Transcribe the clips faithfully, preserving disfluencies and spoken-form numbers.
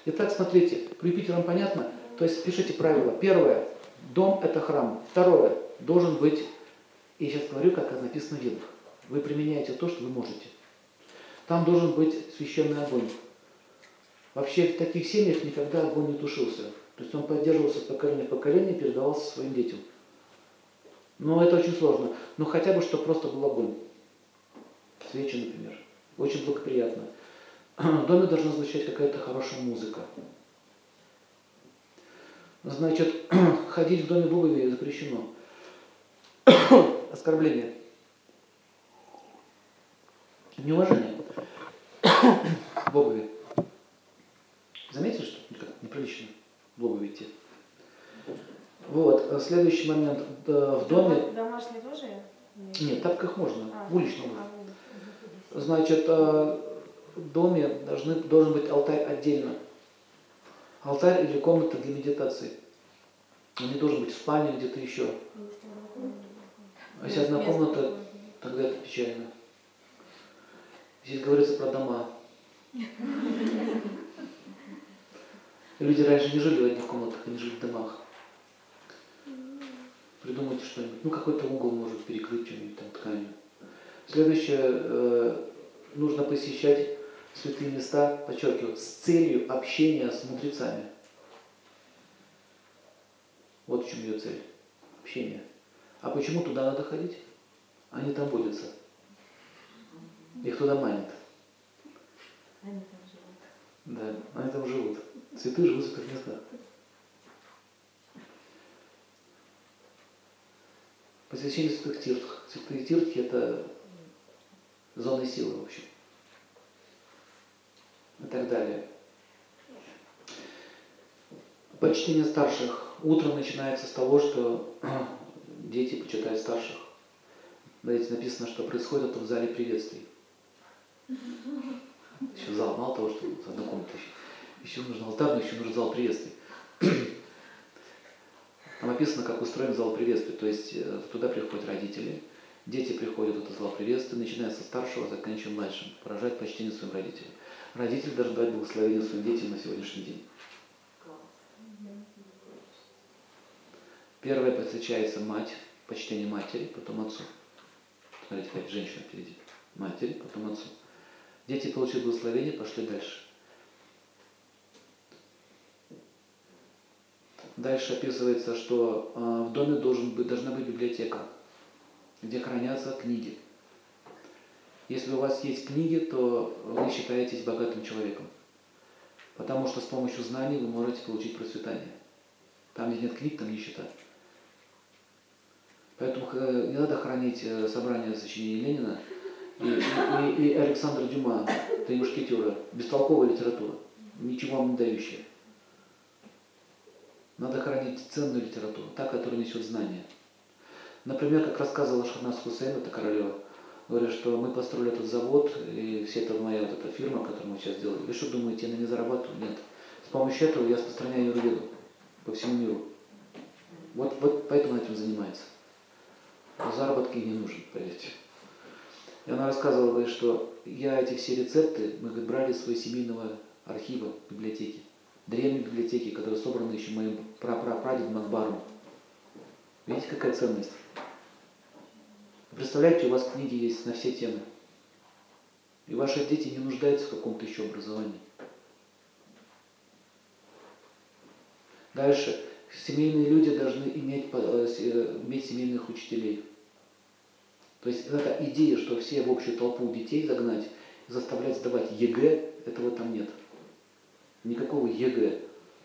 Итак, смотрите, про Юпитером понятно? То есть пишите правила. Первое. Дом – это храм. Второе. Должен быть, и сейчас говорю, как написано в Ведах. Вы применяете то, что вы можете. Там должен быть священный огонь. Вообще в таких семьях никогда огонь не тушился. То есть он поддерживался с поколения в поколение и передавался своим детям. Но это очень сложно. Но хотя бы, чтобы просто был огонь. Свечи, например. Очень благоприятно. В доме должна звучать какая-то хорошая музыка. Значит, ходить в доме в обуви запрещено. Оскорбление. Неуважение в обуви. Заметили, что неприлично в обуви идти? Вот, следующий момент. В доме... Домашние тоже? Нет, в тапках можно, а, в уличном. А, Значит, в доме должны, должен быть алтарь отдельно. Алтарь или комната для медитации. Он не должен быть в спальне, где-то еще. А если одна комната, тогда это печально. Здесь говорится про дома. Люди раньше не жили в одних комнатах, они жили в домах. Придумайте что-нибудь. Ну, какой-то угол может перекрыть что-нибудь там тканью. Следующее. Э, нужно посещать святые места, подчеркиваю, с целью общения с мудрецами. Вот в чем ее цель. Общение. А почему туда надо ходить? Они там водятся. Их туда манят. Они там живут. Да, они там живут. Святые живут в святых местах. Посвящение святых тиртх. Святые тиртхи – это зоны силы, в общем. И так далее. Почтение старших. Утро начинается с того, что дети почитают старших. Знаете, написано, что происходит это в зале приветствий. Еще зал, мало того, что одна комната еще. Еще нужен алтарь, но еще нужен зал приветствий. Там описано, как устроен зал приветствий. То есть туда приходят родители, дети приходят в этот зал приветствия, начиная со старшего, заканчивая младшим, выражать почтение своим родителям. Родители должны дать благословение своим детям на сегодняшний день. Первое посвящается мать, почтение матери, потом отцу. Смотрите, как женщина впереди. Матери, потом отцу. Дети получили благословение, пошли дальше. Дальше описывается, что в доме должен быть, должна быть библиотека, где хранятся книги. Если у вас есть книги, то вы считаетесь богатым человеком. Потому что с помощью знаний вы можете получить процветание. Там, где нет книг, там нищета. Поэтому не надо хранить собрание сочинений Ленина и, и, и Александра Дюма, «Три мушкетера», бестолковая литература, ничего вам не дающая. Надо хранить ценную литературу, та, которая несет знания. Например, как рассказывала Шахназ Хусейн, это королева, говорит, что мы построили этот завод, и вся эта моя вот эта фирма, которую мы сейчас делаем. Вы что думаете, я на ней зарабатываю? Нет. С помощью этого я распространяю аюрведу по всему миру. Вот, вот поэтому она этим занимается. Заработки не нужен, поверьте. И она рассказывала, говорит, что я эти все рецепты мы говорит, брали из своего семейного архива, библиотеки. Древней библиотеки, которые собраны еще моим прапрапрадедом Макбаром. Видите, какая ценность? Представляете, у вас книги есть на все темы. И ваши дети не нуждаются в каком-то еще образовании. Дальше. Семейные люди должны иметь, иметь семейных учителей. То есть эта идея, что все в общую толпу детей загнать, заставлять сдавать ЕГЭ, этого там нет. Никакого ЕГЭ.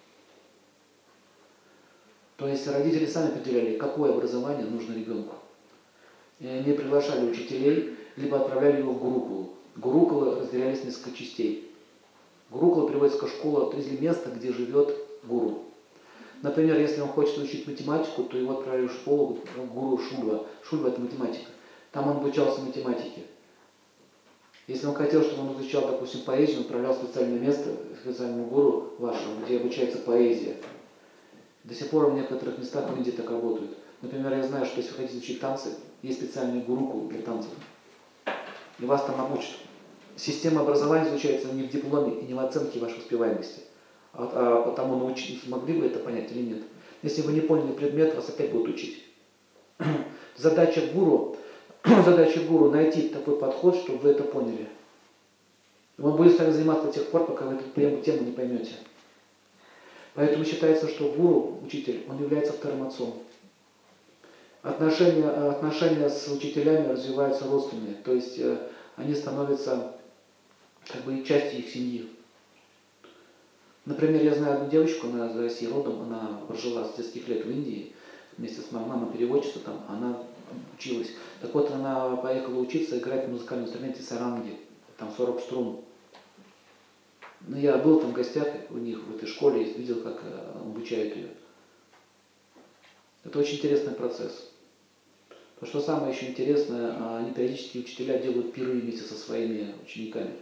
То есть родители сами определяли, какое образование нужно ребенку. И они приглашали учителей, либо отправляли его в гурукулу. Гурукулы разделялись в несколько частей. Гурукула переводится как школа, то есть место, где живет гуру. Например, если он хочет учить математику, то его отправили в школу гуру Шульва. Шульва – это математика. Там он обучался математике. Если он хотел, чтобы он изучал, допустим, поэзию, он отправлял в специальное место, специальному гуру вашему, где обучается поэзия. До сих пор в некоторых местах в Индии так работают. Например, я знаю, что если вы хотите учить танцы, есть специальные гурукулы для танцев. И вас там обучат. Система образования заключается не в дипломе и не в оценке вашей успеваемости, а, а потому научить, смогли вы это понять или нет. Если вы не поняли предмет, вас опять будут учить. Задача гуру, задача гуру найти такой подход, чтобы вы это поняли. Он будет с вами заниматься до тех пор, пока вы эту тему не поймете. Поэтому считается, что гуру, учитель, он является вторым отцом. Отношения, отношения с учителями развиваются родственные, то есть э, они становятся как бы частью их семьи. Например, я знаю одну девочку, она из России родом, она прожила с детских лет в Индии, вместе с мамой, мама переводчица там, она училась. Так вот, она поехала учиться играть на музыкальном инструменте саранги, там сорок струн. Ну, я был там в гостях у них в этой школе и видел, как обучают ее. Это очень интересный процесс. Но что самое еще интересное, они периодически, учителя, делают пиры вместе со своими учениками.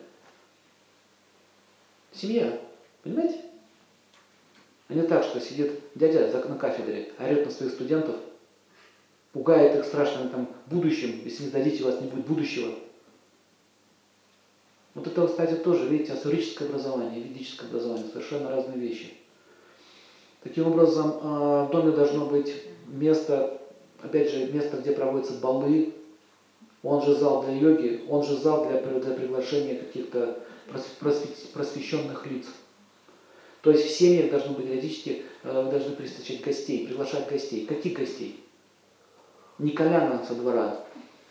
Семья, понимаете? А не так, что сидит дядя на кафедре, орет на своих студентов, пугает их страшным там будущим, если не сдадите, у вас не будет будущего. Вот это, кстати, тоже, видите, асурическое образование и ведическое образование, совершенно разные вещи. Таким образом, в доме должно быть место, опять же, место, где проводятся балы, он же зал для йоги, он же зал для, для приглашения каких-то просвещенных лиц. То есть в семьях должны быть периодически, вы должны встречать гостей, приглашать гостей. Каких гостей? Не коляна со двора.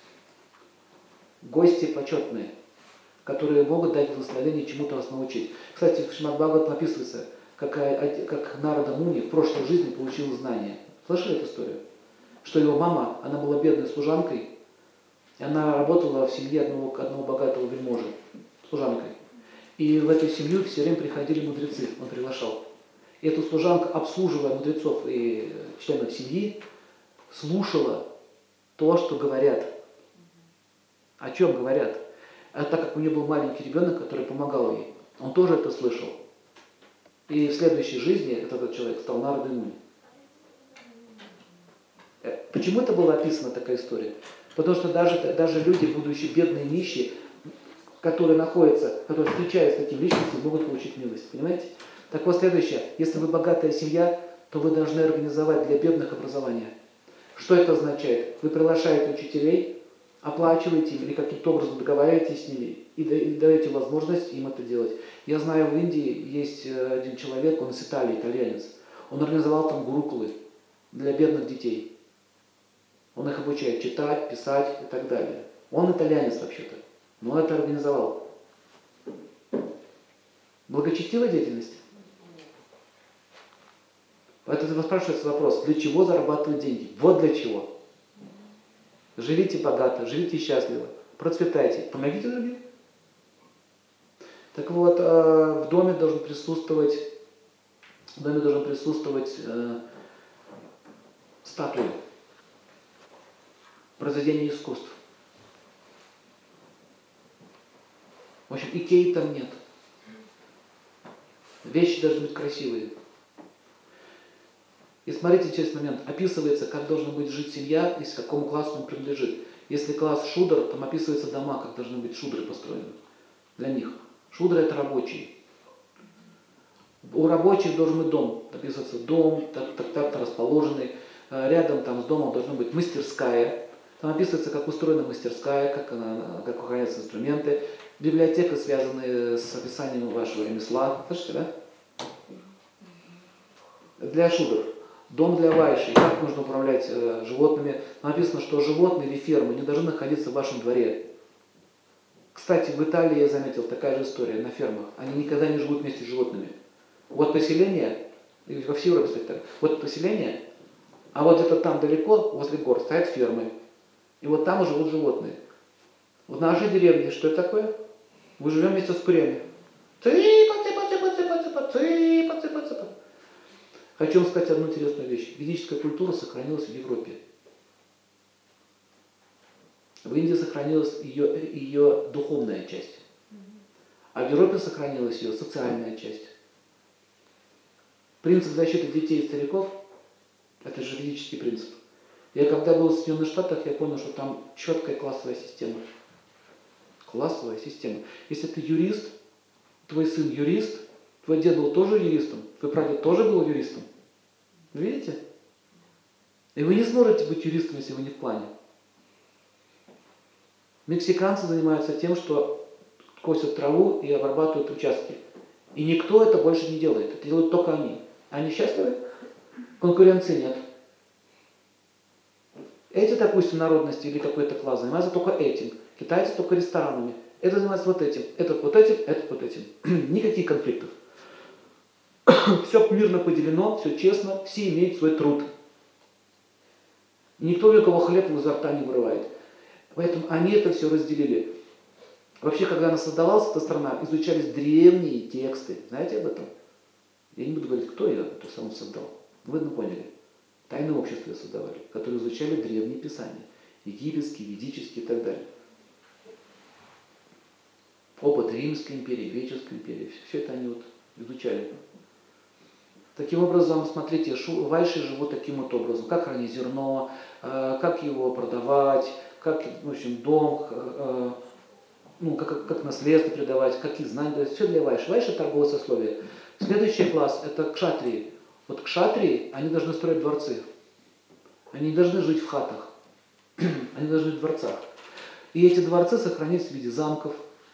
Гости почетные, которые могут дать благословение чему-то вас научить. Кстати, в Шримад Бхагават написывается, как, как Нарада Муни в прошлой жизни получил знания. Слышали эту историю? Что его мама, она была бедной служанкой, и она работала в семье одного, одного богатого вельможи, служанкой. И в эту семью все время приходили мудрецы, он приглашал. И эта служанка, обслуживая мудрецов и членов семьи, слушала то, что говорят. О чем говорят? А так как у нее был маленький ребенок, который помогал ей, он тоже это слышал. И в следующей жизни этот человек стал Нарадой Муни. Почему это была описана такая история? Потому что даже, даже люди, будучи бедные, нищие, которые находятся, которые встречаются с такими личностями, могут получить милость. Понимаете? Так вот, следующее. Если вы богатая семья, то вы должны организовать для бедных образование. Что это означает? Вы приглашаете учителей, оплачиваете им или каким-то образом договариваетесь с ними и даете возможность им это делать. Я знаю, в Индии есть один человек, он из Италии, итальянец. Он организовал там гурукулы для бедных детей. Он их обучает читать, писать и так далее. Он итальянец вообще-то, но он это организовал. Благочестивая деятельность? Поэтому спрашивается вопрос, для чего зарабатывать деньги? Вот для чего. Живите богато, живите счастливо, процветайте, помогите другим. Так вот, в доме должен присутствовать, в доме должен присутствовать э, статуи, произведения искусств. В общем, Икеи там нет. Вещи должны быть красивые. И смотрите, интересный момент. Описывается, как должна быть жить семья и к какому классу он принадлежит. Если класс шудр, там описываются дома, как должны быть шудры построены для них. Шудры – это рабочие. У рабочих должен быть дом. Описывается дом, так-так-так расположенный. Рядом там с домом должна быть мастерская. Там описывается, как устроена мастерская, как, она, как охраняются инструменты. Библиотека, связанная с описанием вашего ремесла. Слышите, да? Для шудр. Дом для вайши. Как нужно управлять э, животными. Написано, что животные или фермы не должны находиться в вашем дворе. Кстати, в Италии я заметил такая же история на фермах. Они никогда не живут вместе с животными. Вот поселение, и во всей Европе, кстати, так. Вот поселение, а вот это там далеко, возле гор, стоят фермы. И вот там живут животные. В нашей деревне что это такое? Мы живем вместе с курями. Цыпа, цыпа, цыпа, цыпа, цыпа, цыпа, цыпа, цыпа. Хочу вам сказать одну интересную вещь. Ведическая культура сохранилась в Европе. В Индии сохранилась ее, ее духовная часть. А в Европе сохранилась ее социальная часть. Принцип защиты детей и стариков – это же ведический принцип. Я когда был в Соединенных Штатах, я понял, что там четкая классовая система. Классовая система. Если ты юрист, твой сын юрист, Твой дед был тоже юристом, твой прадед тоже был юристом. Видите? И вы не сможете быть юристом, если вы не в плане. Мексиканцы занимаются тем, что косят траву и обрабатывают участки. И никто это больше не делает. Это делают только они. Они счастливы? Конкуренции нет. Эти, допустим, народности или какой-то класс занимаются только этим. Китайцы только ресторанами. Это занимается вот этим, этот вот этим, этот вот этим. Никаких конфликтов. Все мирно поделено, все честно, все имеют свой труд. И никто ни у кого хлеб изо рта не вырывает. Поэтому они это все разделили. Вообще, когда она создавалась, эта страна, изучались древние тексты. Знаете об этом? Я не буду говорить, кто ее это сам создал. Вы ну поняли. Тайное общество создавали, которые изучали древние писания. Египетские, ведические и так далее. Опыт Римской империи, Греческой империи. Все это они вот изучали. Таким образом, смотрите, вайши живут таким вот образом. Как хранить зерно, как его продавать, как, в общем, дом, ну, как, как наследство передавать, какие знания. Все для вайши. Вайши – торговое сословие. Следующий класс – это кшатрии. Вот кшатрии, они должны строить дворцы. Они не должны жить в хатах. Они должны жить в дворцах. И эти дворцы сохранились в виде замков.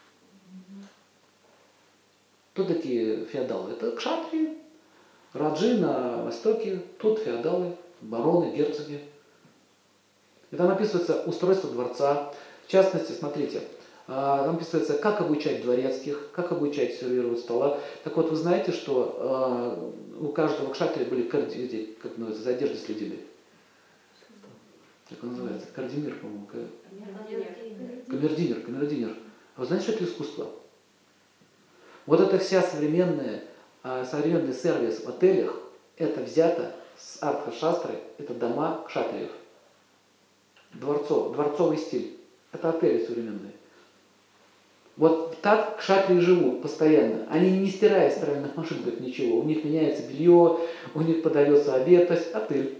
Кто такие феодалы? Это кшатрии. Раджи на востоке, тут феодалы, бароны, герцоги. И там описывается устройство дворца. В частности, смотрите, там описывается, как обучать дворецких, как обучать сервировать стола. Так вот, вы знаете, что у каждого кшатрия были кардинеры, как называется, за одеждой следили. Как он называется? Кардинер, по-моему. Камердинер, камердинер. А вы знаете, что это искусство? Вот эта вся современная современный сервис в отелях, это взято с артха-шастры, это дома кшатриев. Дворцов, дворцовый стиль. Это отели современные. Вот так кшатрии живут постоянно. Они не стирают стиральных машинках ничего. У них меняется белье, у них подается обед, то есть отель.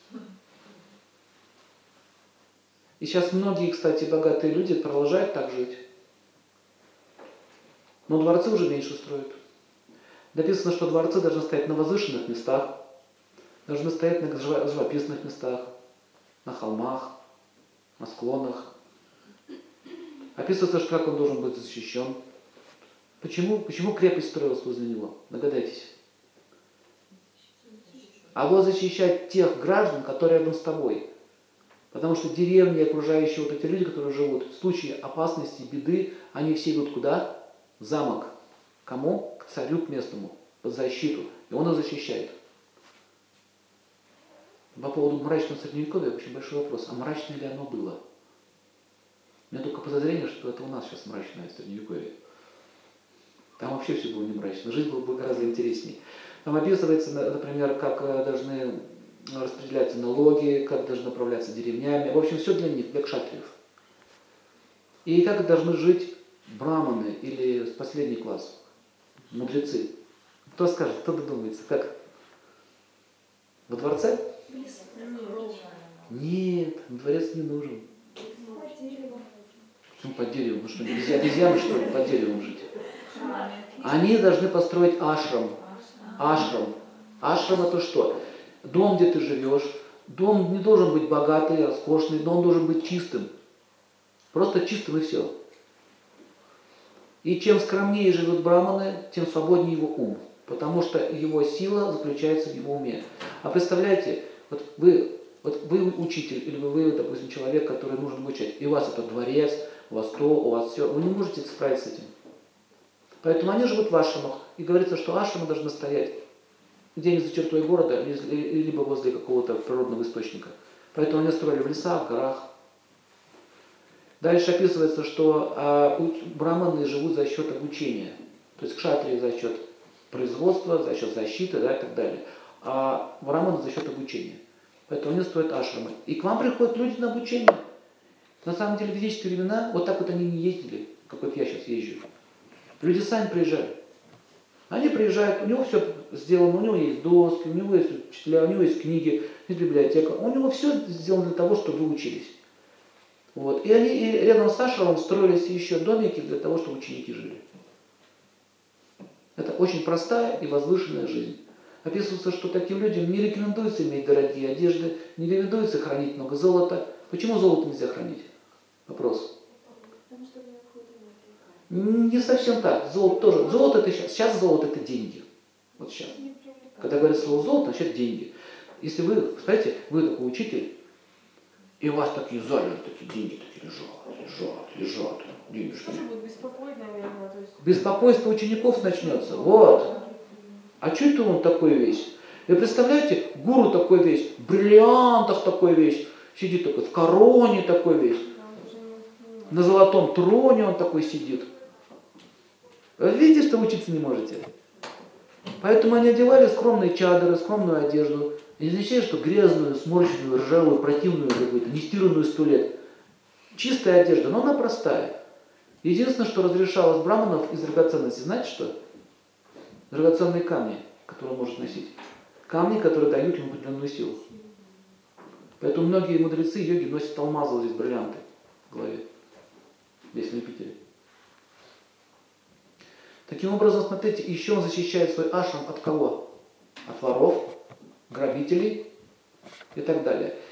И сейчас многие, кстати, богатые люди продолжают так жить. Но дворцы уже меньше строят. Написано, что дворцы должны стоять на возвышенных местах, должны стоять на живописных местах, на холмах, на склонах. Описывается, что как он должен быть защищен. Почему, почему крепость строилась возле него? Догадайтесь. А вот защищать тех граждан, которые рядом с тобой. Потому что деревни, окружающие вот эти люди, которые живут, в случае опасности, беды, они все идут куда? В замок. Кому? К царю, к местному, под защиту. И он их защищает. По поводу мрачного средневековья очень большой вопрос. А мрачное ли оно было? У меня только подозрение, что это у нас сейчас мрачное средневековье. Там вообще все было не мрачно. Жизнь была бы гораздо интереснее. Там описывается, например, как должны распределяться налоги, как должны управляться деревнями. В общем, все для них, для кшатриев. И как должны жить браманы или последний класс. Мудрецы. Кто скажет, кто додумается, как? Во дворце? Нет, дворец не нужен. Почему под деревом? Ну что, обезьяны, что ли, под деревом жить? Они должны построить ашрам. Ашрам. Ашрам это что? Дом, где ты живешь. Дом не должен быть богатый, роскошный, но он должен быть чистым. Просто чистым и все. И чем скромнее живут браманы, тем свободнее его ум. Потому что его сила заключается в его уме. А представляете, вот вы, вот вы учитель, или вы, вы, допустим, человек, который нужен обучать, и у вас это дворец, у вас то, у вас все, вы не можете справиться с этим. Поэтому они живут в ашрамах. И говорится, что ашрамы должны стоять где-нибудь за чертой города, либо возле какого-то природного источника. Поэтому они строили в лесах, в горах. Дальше описывается, что а, браманы живут за счет обучения. То есть кшатрии за счет производства, за счет защиты, да, и так далее. А браманы за счет обучения. Поэтому они строят ашрамы. И к вам приходят люди на обучение. На самом деле в ведические времена вот так вот они не ездили, как вот я сейчас езжу. Люди сами приезжали. Они приезжают, у него все сделано, у него есть доски, у него есть учителя, у него есть книги, есть библиотека. У него все сделано для того, чтобы вы учились. Вот. И они и рядом с ашрамом строились еще домики для того, чтобы ученики жили. Это очень простая и возвышенная жизнь. Описывается, что таким людям не рекомендуется иметь дорогие одежды, не рекомендуется хранить много золота. Почему золото нельзя хранить? Вопрос. Потому что необходимо. Не совсем так. Золото тоже. Золото это сейчас. Сейчас золото это деньги. Вот сейчас. Не привлекает. Когда говорят слово золото, значит деньги. Если вы, представляете, вы такой учитель, и у вас такие залежи, такие деньги такие лежат, лежат, лежат, денежки. Тоже будет беспокойно, наверное. То есть... Беспокойство учеников начнется. Вот. А что это он такой весь? Вы представляете, гуру такой весь, в бриллиантах такой весь, сидит такой, в короне такой весь, на золотом троне он такой сидит. Вы видите, что учиться не можете? Поэтому они одевали скромные чадры, скромную одежду. Не означает, что грязную, сморщенную, ржавую, противную какую-то, не стиранную сто лет. Чистая одежда, но она простая. Единственное, что разрешалось браманов из драгоценностей, знаете что? Драгоценные камни, которые он может носить. Камни, которые дают ему определенную силу. Поэтому многие мудрецы йоги носят алмазы, вот здесь бриллианты в голове. Здесь в Юпитере. Таким образом, смотрите, еще он защищает свой ашрам от кого? От воров, грабителей и так далее.